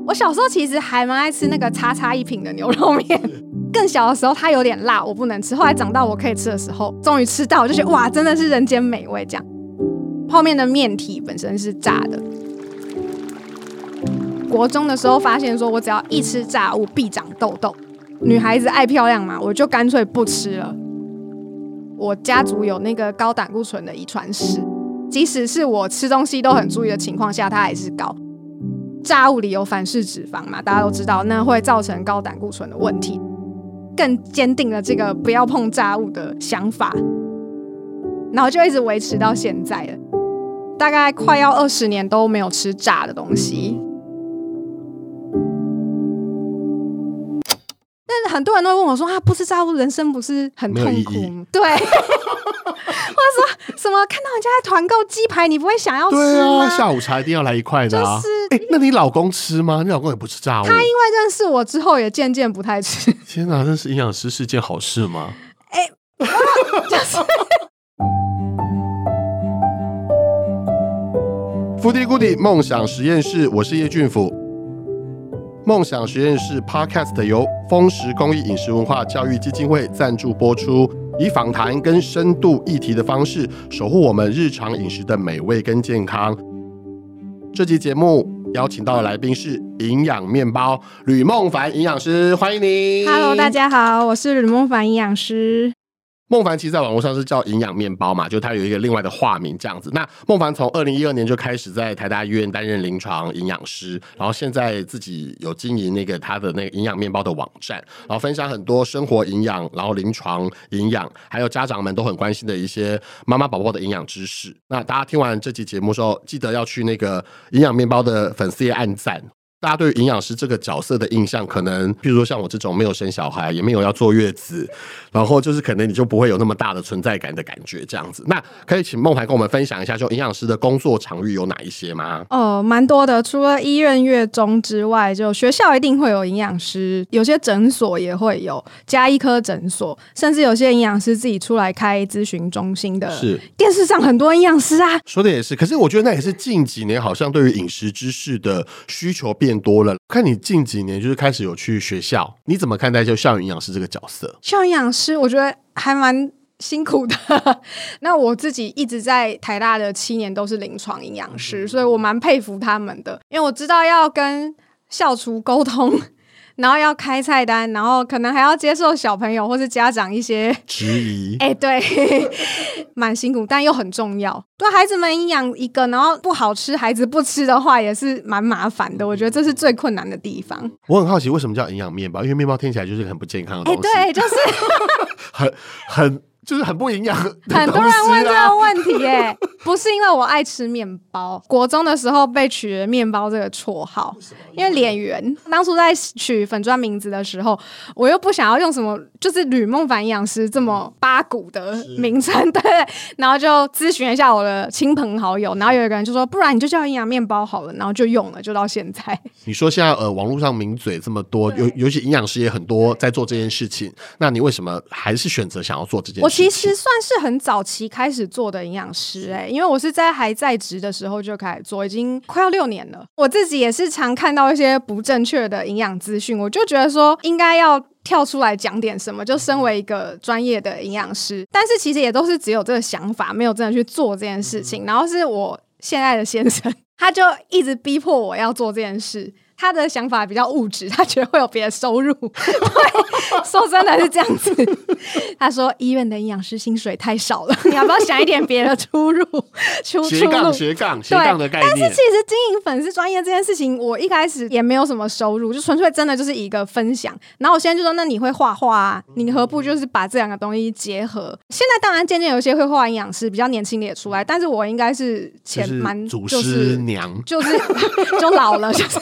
我小时候其实还蛮爱吃那个叉叉一品的牛肉面，更小的时候它有点辣，我不能吃。后来长到我可以吃的时候，终于吃到，我就觉得哇，真的是人间美味这样。泡面的面体本身是炸的。国中的时候发现说，我只要一吃炸物必长痘痘。女孩子爱漂亮嘛，我就干脆不吃了。我家族有那个高胆固醇的遗传史，即使是我吃东西都很注意的情况下，它还是高。炸物里有反式脂肪嘛，大家都知道，那会造成高胆固醇的问题，更坚定了这个不要碰炸物的想法，然后就一直维持到现在了，大概快要20年都没有吃炸的东西。但是很多人都会问我说：“不吃炸物，人生不是很痛苦吗？”对，或者说什么看到人家在团购鸡排，你不会想要吃吗？ 对啊，下午茶一定要来1块的啊。那你老公吃吗？你老公也不吃炸物？ 他因为认识我之后，也渐渐不太吃。 天哪，认识营养师是件好事吗？ 就是福迪咕迪梦想实验室，我是叶俊甫。梦想实验室 Podcast 由丰实公益饮食文化教育基金会赞助播出，以访谈跟深度议题的方式，守护我们日常饮食的美味跟健康。这集节目邀请到的来宾是营养面包吕梦凡营养师，欢迎你。 Hello， 大家好，我是吕梦凡营养师。 孟凡其实在网络上是叫营养面包嘛，就他有一个另外的化名这样子。那孟凡从2012年就开始在台大医院担任临床营养师，然后现在自己有经营那个他的那个营养面包的网站，然后分享很多生活营养，然后临床营养，还有家长们都很关心的一些妈妈宝宝的营养知识。那大家听完这期节目的时候，记得要去那个营养面包的粉丝页按赞。大家对于营养师这个角色的印象，可能譬如说像我这种没有生小孩，也没有要坐月子，然后就是可能你就不会有那么大的存在感的感觉这样子。那可以请孟凡跟我们分享一下，就营养师的工作场域有哪一些吗？ 蛮多的，除了医院月中之外，就学校一定会有营养师，有些诊所也会有家医科诊所，甚至有些营养师自己出来开咨询中心的。 是电视上很多营养师啊， 说的也是。可是我觉得那也是近几年好像对于饮食知识的需求变多了。看你近几年就是开始有去学校，你怎么看待就校园营养师这个角色？ 校园营养师我觉得还蛮辛苦的那我自己一直在台大的7年都是临床营养师，所以我蛮佩服他们的，因为我知道要跟校厨沟通，然后要开菜单，然后可能还要接受小朋友或是家长一些质疑。 对蛮辛苦，但又很重要。对孩子们营养一个，然后不好吃，孩子不吃的话也是蛮麻烦的，我觉得这是最困难的地方。 我很好奇为什么叫营养面包，因为面包听起来就是很不健康的东西。 对，就是就是很不营养的东西啊。 很多人问这个问题耶，不是因为我爱吃面包，国中的时候被取了面包这个绰号，因为脸圆。当初在取粉专名字的时候，我又不想要用什么就是吕梦凡营养师这么八股的名称，对，然后就咨询一下我的亲朋好友，然后有一个人就说，不然你就叫营养面包好了，然后就用了，就到现在。 你说现在网络上名嘴这么多，尤其营养师也很多在做这件事情，那你为什么还是选择想要做这件事情？ 我其实算是很早期开始做的营养师因为我是在还在职的时候就开始做，已经快要6年了。我自己也是常看到一些不正确的营养资讯，我就觉得说应该要跳出来讲点什么，就身为一个专业的营养师，但是其实也都是只有这个想法，没有真的去做这件事情。然后是我现在的先生，他就一直逼迫我要做这件事。他的想法比较物质，他觉得会有别的收入。对，说真的是这样子。他说医院的营养师薪水太少了，你要不要想一点别的出路？ 斜杠的概念。 但是其实经营粉丝专业这件事情，我一开始也没有什么收入，就纯粹真的就是一个分享。然后我现在就说，那你会画画啊？你何不就是把这两个东西结合？现在当然渐渐有一些会画营养师比较年轻的也出来，但是我应该是前蛮祖师娘， 就老了，就是。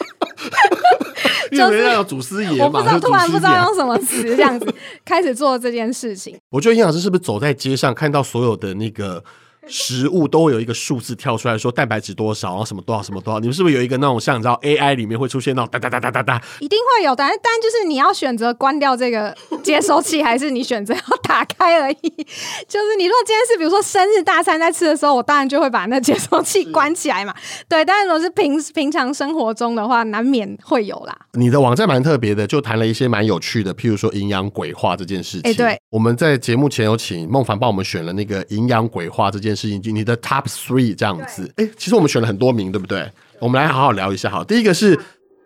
就是要有祖师爷嘛， 我不知道，突然不知道用什么词这样子开始做这件事情。 我觉得营养师是不是走在街上看到所有的那个食物都会有一个数字跳出来说蛋白质多少，然后什么多少什么多少，你们是不是有一个那种像你知道 AI 里面会出现那种哒哒哒哒哒哒？ 一定会有，但就是你要选择关掉这个接收器，还是你选择要打开而已。就是你如果今天是比如说生日大餐在吃的时候，我当然就会把那接收器关起来嘛。对，但是如果是平常生活中的话，难免会有啦。 你的网站蛮特别的，就谈了一些蛮有趣的，譬如说营养鬼话这件事情。 对， 我们在节目前有请孟凡帮我们选了那个营养鬼话这件事情，就你的 Top 3这样子。其实我们选了很多名，对不对？我们来好好聊一下。好，第一个是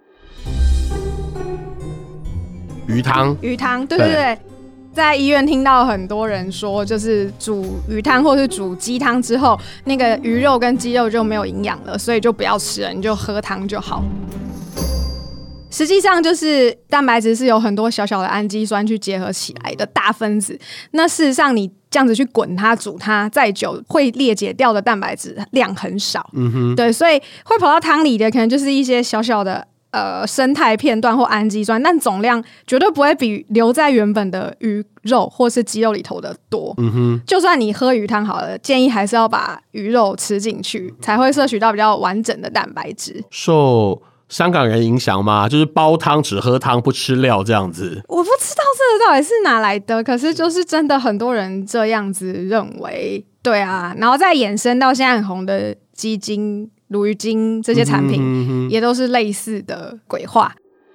鱼汤， 对对对。在医院听到很多人说，就是煮鱼汤或是煮鸡汤之后，那个鱼肉跟鸡肉就没有营养了，所以就不要吃了，你就喝汤就好。实际上就是蛋白质是有很多小小的氨基酸去结合起来的大分子，那事实上你这样子去滚它煮它再久会裂解掉的蛋白质量很少，对，所以会跑到汤里的可能就是一些小小的生态片段或氨基酸，但总量绝对不会比留在原本的鱼肉或是鸡肉里头的多。就算你喝鱼汤好了，建议还是要把鱼肉吃进去，才会摄取到比较完整的蛋白质。 受香港人影响吗？就是煲汤只喝汤不吃料这样子？我不知道这个到底是哪来的，可是就是真的很多人这样子认为。对啊，然后再衍生到现在很红的鸡精、鲈鱼精这些产品，也都是类似的鬼话。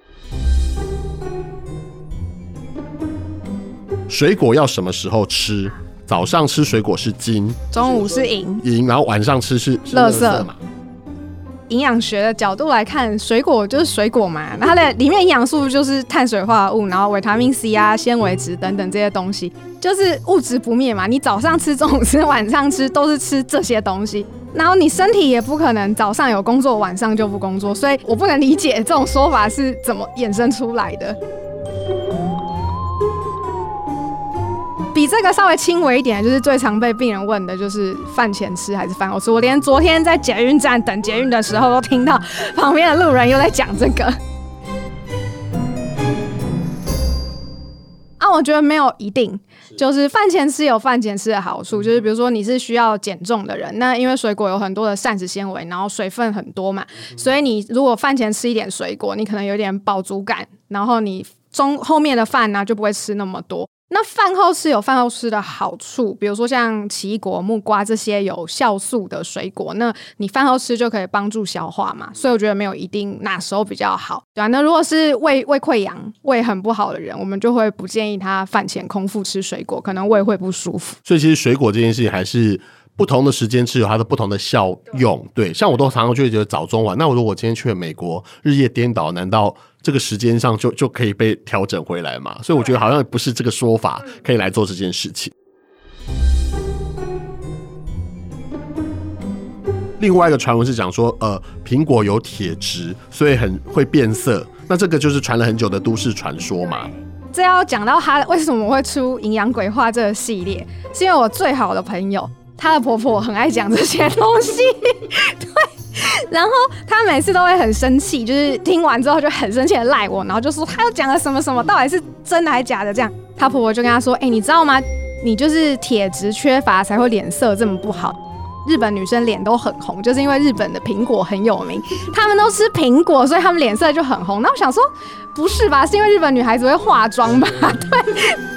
水果要什么时候吃？早上吃水果是金， 中午是银， 然后晚上吃是垃圾嘛。营养学的角度来看，水果就是水果嘛，它的里面营养素就是碳水化合物，然后维他命 C 啊、纤维质等等这些东西，就是物质不灭嘛。你早上吃、中午吃、晚上吃，都是吃这些东西。然后你身体也不可能早上有工作，晚上就不工作，所以我不能理解这种说法是怎么衍生出来的。比这个稍微轻微一点，就是最常被病人问的，就是饭前吃还是饭后吃。我连昨天在捷运站等捷运的时候，都听到旁边的路人又在讲这个。我觉得没有一定，就是饭前吃有饭前吃的好处，就是比如说你是需要减重的人，那因为水果有很多的膳食纤维，然后水分很多嘛，所以你如果饭前吃一点水果，你可能有点饱足感，然后你后面的饭呢就不会吃那么多。那饭后吃有饭后吃的好处，比如说像奇异果、木瓜这些有酵素的水果，那你饭后吃就可以帮助消化嘛，所以我觉得没有一定哪时候比较好，对啊。那如果是胃溃疡、胃很不好的人，我们就会不建议他饭前空腹吃水果，可能胃会不舒服。 所以其实水果这件事情还是不同的时间吃有它的不同的效用，对。像我都常常就会觉得早中晚，那如果我今天去了美国，日夜颠倒，难道这个时间上就可以被调整回来嘛？所以我觉得好像不是这个说法可以来做这件事情。另外一个传闻是讲说，苹果有铁质，所以很会变色。那这个就是传了很久的都市传说嘛。 这要讲到他为什么会出营养鬼话这个系列，是因为我最好的朋友，她的婆婆很爱讲这些东西，对。然后她每次都会很生气，就是听完之后就很生气的赖我，然后就说她又讲了什么什么，到底是真的还是假的？这样，她婆婆就跟她说：“你知道吗？你就是铁质缺乏才会脸色这么不好。日本女生脸都很红，就是因为日本的苹果很有名，她们都吃苹果，所以她们脸色就很红。”那我想说，不是吧？是因为日本女孩子会化妆吧？对，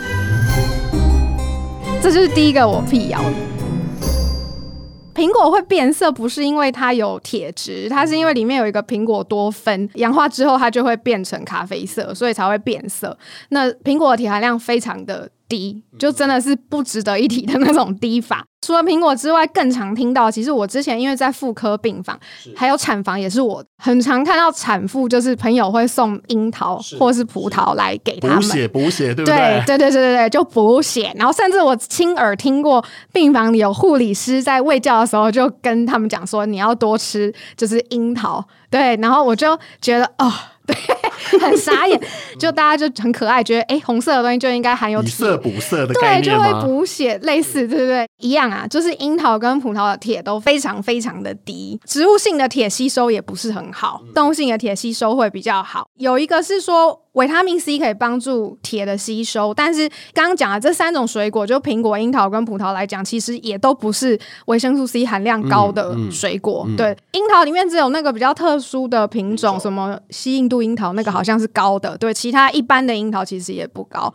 这就是第一个我辟谣的。苹果会变色不是因为它有铁质，它是因为里面有一个苹果多酚，氧化之后它就会变成咖啡色，所以才会变色。那苹果的铁含量非常的低，就真的是不值得一提的那种低法。除了苹果之外，更常听到，其实我之前因为在妇科病房还有产房，也是我很常看到产妇就是朋友会送樱桃或是葡萄来给他们补血，对不对？ 对，就补血。然后甚至我亲耳听过病房里有护理师在卫教的时候就跟他们讲说，你要多吃就是樱桃。对，然后我就觉得对。 很傻眼，就大家就很可爱，觉得红色的东西就应该含有铁， 以色补色的概念吗？ 对，就会补血，类似，对不对？一样啊，就是樱桃跟葡萄的铁都非常非常的低，植物性的铁吸收也不是很好，动物性的铁吸收会比较好。有一个是说维他命 C 可以帮助铁的吸收，但是刚刚讲的这3种水果，就苹果、樱桃跟葡萄来讲，其实也都不是维生素 C 含量高的水果。对，樱桃里面只有那个比较特殊的品种，什么西印度樱桃，那个好像是高的，对，其他一般的樱桃其实也不高。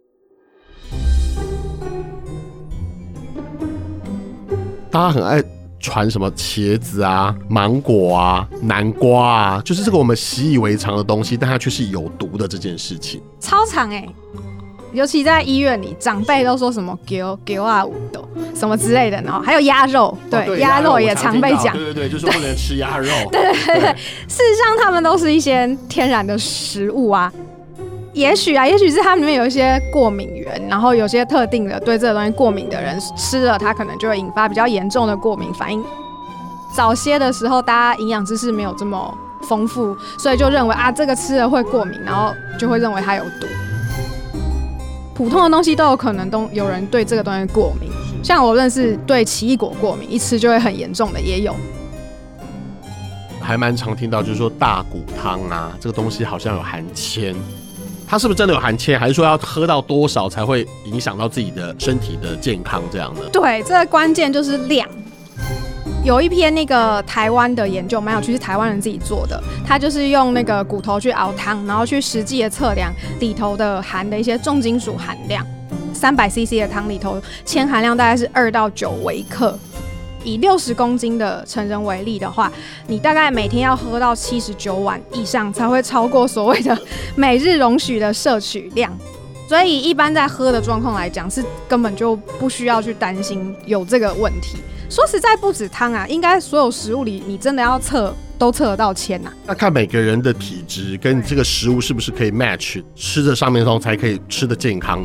大家很爱传什么茄子啊、芒果啊、南瓜啊，就是这个我们习以为常的东西，但它却是有毒的这件事情， 超长尤其在医院里，长辈都说什么牛啊五斗什么之类的，然后还有鸭肉，对，鸭肉也常被讲， 对，就是不能吃鸭肉。 对，事实上他们都是一些天然的食物啊。也许是它里面有一些过敏源，然后有些特定的对这个东西过敏的人吃了，它可能就会引发比较严重的过敏反应。早些的时候，大家营养知识没有这么丰富，所以就认为这个吃了会过敏，然后就会认为它有毒。普通的东西都有可能有人对这个东西过敏，像我认识对奇异果过敏，一吃就会很严重的也有。 还蛮常听到就是说大骨汤啊，这个东西好像有含铅。它是不是真的有含铅，还是说要喝到多少才会影响到自己的身体的健康这样呢？ 对，这个关键就是量。有一篇那个台湾的研究蛮有趣，是台湾人自己做的，他就是用那个骨头去熬汤，然后去实际的测量里头的含的一些重金属含量。300cc 的汤里头铅含量大概是2到9微克。以60公斤的成人为例的话，你大概每天要喝到79碗以上，才会超过所谓的每日容许的摄取量。所以一般在喝的状况来讲，是根本就不需要去担心有这个问题。说实在，不止汤啊，应该所有食物里，你真的要测都测得到铅啊。 那看每个人的体质跟你这个食物是不是可以 match， 吃的上面的才可以吃的健康。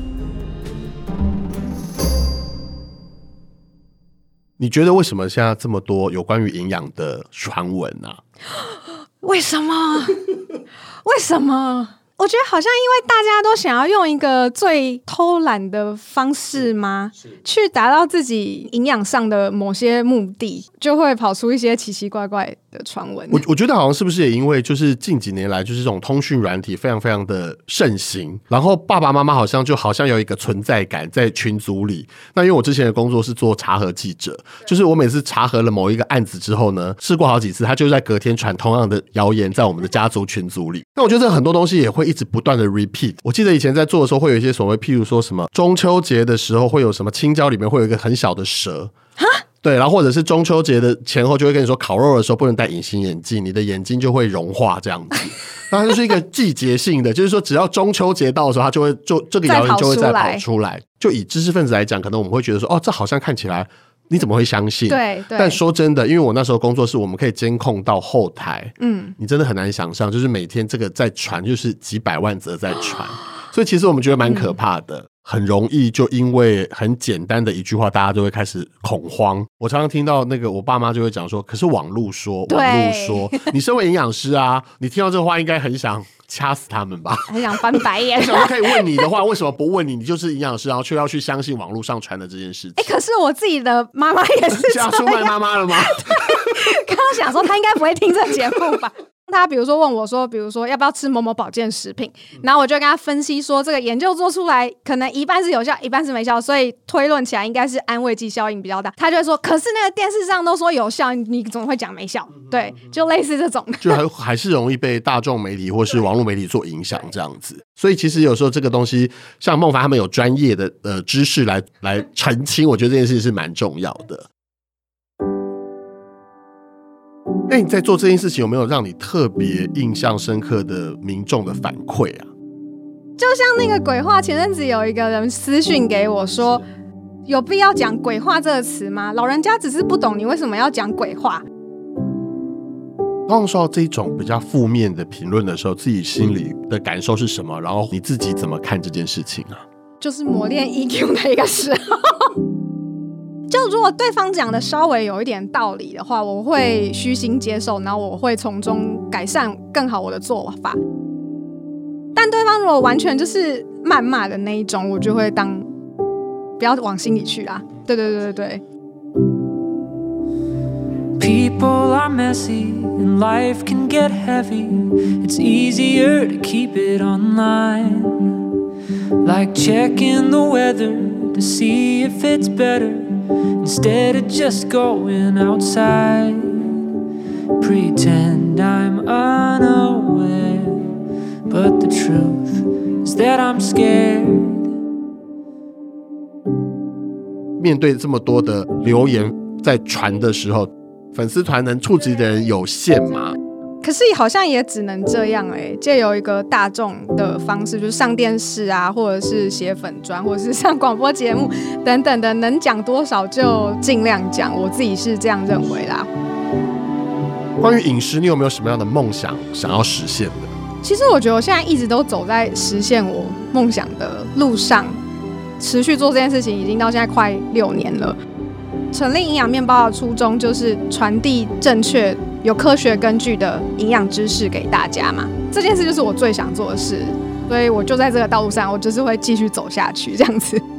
你觉得为什么现在这么多有关于营养的传闻啊？ 为什么？为什么？我觉得好像因为大家都想要用一个最偷懒的方式吗？去达到自己营养上的某些目的，就会跑出一些奇奇怪怪的传闻。 我觉得好像是不是也因为就是近几年来就是这种通讯软体非常非常的盛行，然后爸爸妈妈好像有一个存在感在群组里。那因为我之前的工作是做查核记者，就是我每次查核了某一个案子之后呢，试过好几次，他就在隔天传同样的谣言在我们的家族群组里。那我觉得很多东西也会一直不断的 repeat。我记得以前在做的时候会有一些所谓，譬如说什么中秋节的时候会有什么青椒里面会有一个很小的蛇。对，然后或者是中秋节的前后就会跟你说烤肉的时候不能戴隐形眼镜，你的眼睛就会融化这样子。那它就是一个季节性的，就是说只要中秋节到的时候，它就会这个谣言就会再跑出来。就以知识分子来讲，可能我们会觉得说，这好像看起来你怎么会相信？ 对。 但说真的，因为我那时候工作是我们可以监控到后台，你真的很难想象，就是每天这个在传，就是几百万则在传，所以其实我们觉得蛮可怕的。很容易就因为很简单的一句话，大家就会开始恐慌。我常常听到那个我爸妈就会讲说，可是网路说，你身为营养师啊，你听到这话应该很想掐死他们吧？很想翻白眼。 为什么可以问你的话，为什么不问你？你就是营养师，然后却要去相信网络上传的这件事情。 可是我自己的妈妈也是这样。 出卖妈妈了吗？ 刚刚想说他应该不会听这节目吧。他比如说问我说，比如说要不要吃某某保健食品，然后我就跟他分析说，这个研究做出来可能一半是有效，一半是没效，所以推论起来应该是安慰剂效应比较大。他就会说，可是那个电视上都说有效，你怎么会讲没效？对，就类似这种， 就还是容易被大众媒体或是网络媒体做影响这样子。所以其实有时候这个东西，像孟凡他们有专业的知识来澄清，我觉得这件事情是蛮重要的。那你在做这件事情有没有让你特别印象深刻的民众的反馈啊？ 就像那个鬼话，前阵子有一个人私讯给我说，有必要讲鬼话这个词吗？老人家只是不懂你为什么要讲鬼话。 当收到这种比较负面的评论的时候，自己心里的感受是什么？然后你自己怎么看这件事情啊？ 就是磨练 EQ 的一个时候。就如果对方讲的稍微有一点道理的话，我会虚心接受，然后我会从中改善更好我的做法。 如果完全就是谩骂的那一种，我就会不要往心里去啦。对对对对对。 People are messy and life can get heavy. It's easier to keep it online, like checking the weather to see if it's better instead of just going outside. Pretend I'm unaware, but the truth is that I'm scared. 面对这么多的留言在传的时候，粉丝团能触及的人有限吗？ 可是好像也只能这样借由一个大众的方式，就是上电视啊，或者是写粉专，或者是上广播节目等等的，能讲多少就尽量讲，我自己是这样认为啦。 关于饮食，你有没有什么样的梦想想要实现的？ 其实我觉得我现在一直都走在实现我梦想的路上，持续做这件事情已经到现在快6年了。成立营养面包的初衷就是传递正确、有科学根据的营养知识给大家嘛。这件事就是我最想做的事，所以我就在这个道路上，我就是会继续走下去，这样子。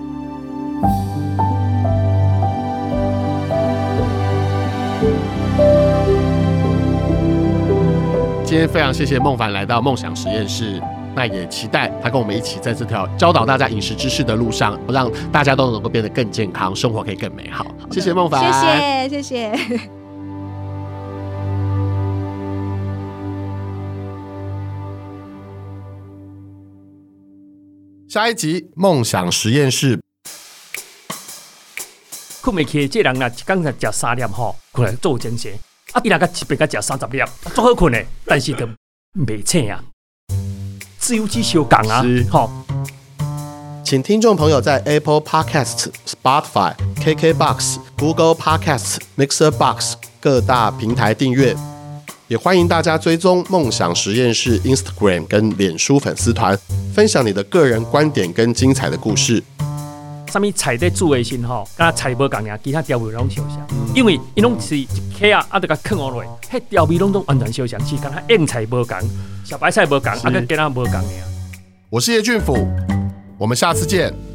今天非常谢谢孟凡来到梦想实验室，那也期待他跟我们一起在这条教导大家饮食知识的路上，让大家都能够变得更健康，生活可以更美好。谢谢孟凡， 谢谢。 下一集梦想实验室。 困袂起，这人若一天才食3粒吼，困来做精神。伊若一边甲食30粒，足好困的，但是就袂醒啊。自由基相共啊，吼。 请听众朋友在 Apple Podcasts、Spotify、KKBox、Google Podcasts、Mixer Box 各大平台订阅，也欢迎大家追踪梦想实验室 Instagram 跟脸书粉丝团，分享你的个人观点跟精彩的故事。 啥物菜在煮的时吼，敢菜无共尔，其他调味拢相像，因为伊拢是一克啊，就甲放落去，迄调味拢完全相像，是敢若硬菜无共，小白菜无共，啊，跟其他无共尔。 我是叶俊甫，我们下次见。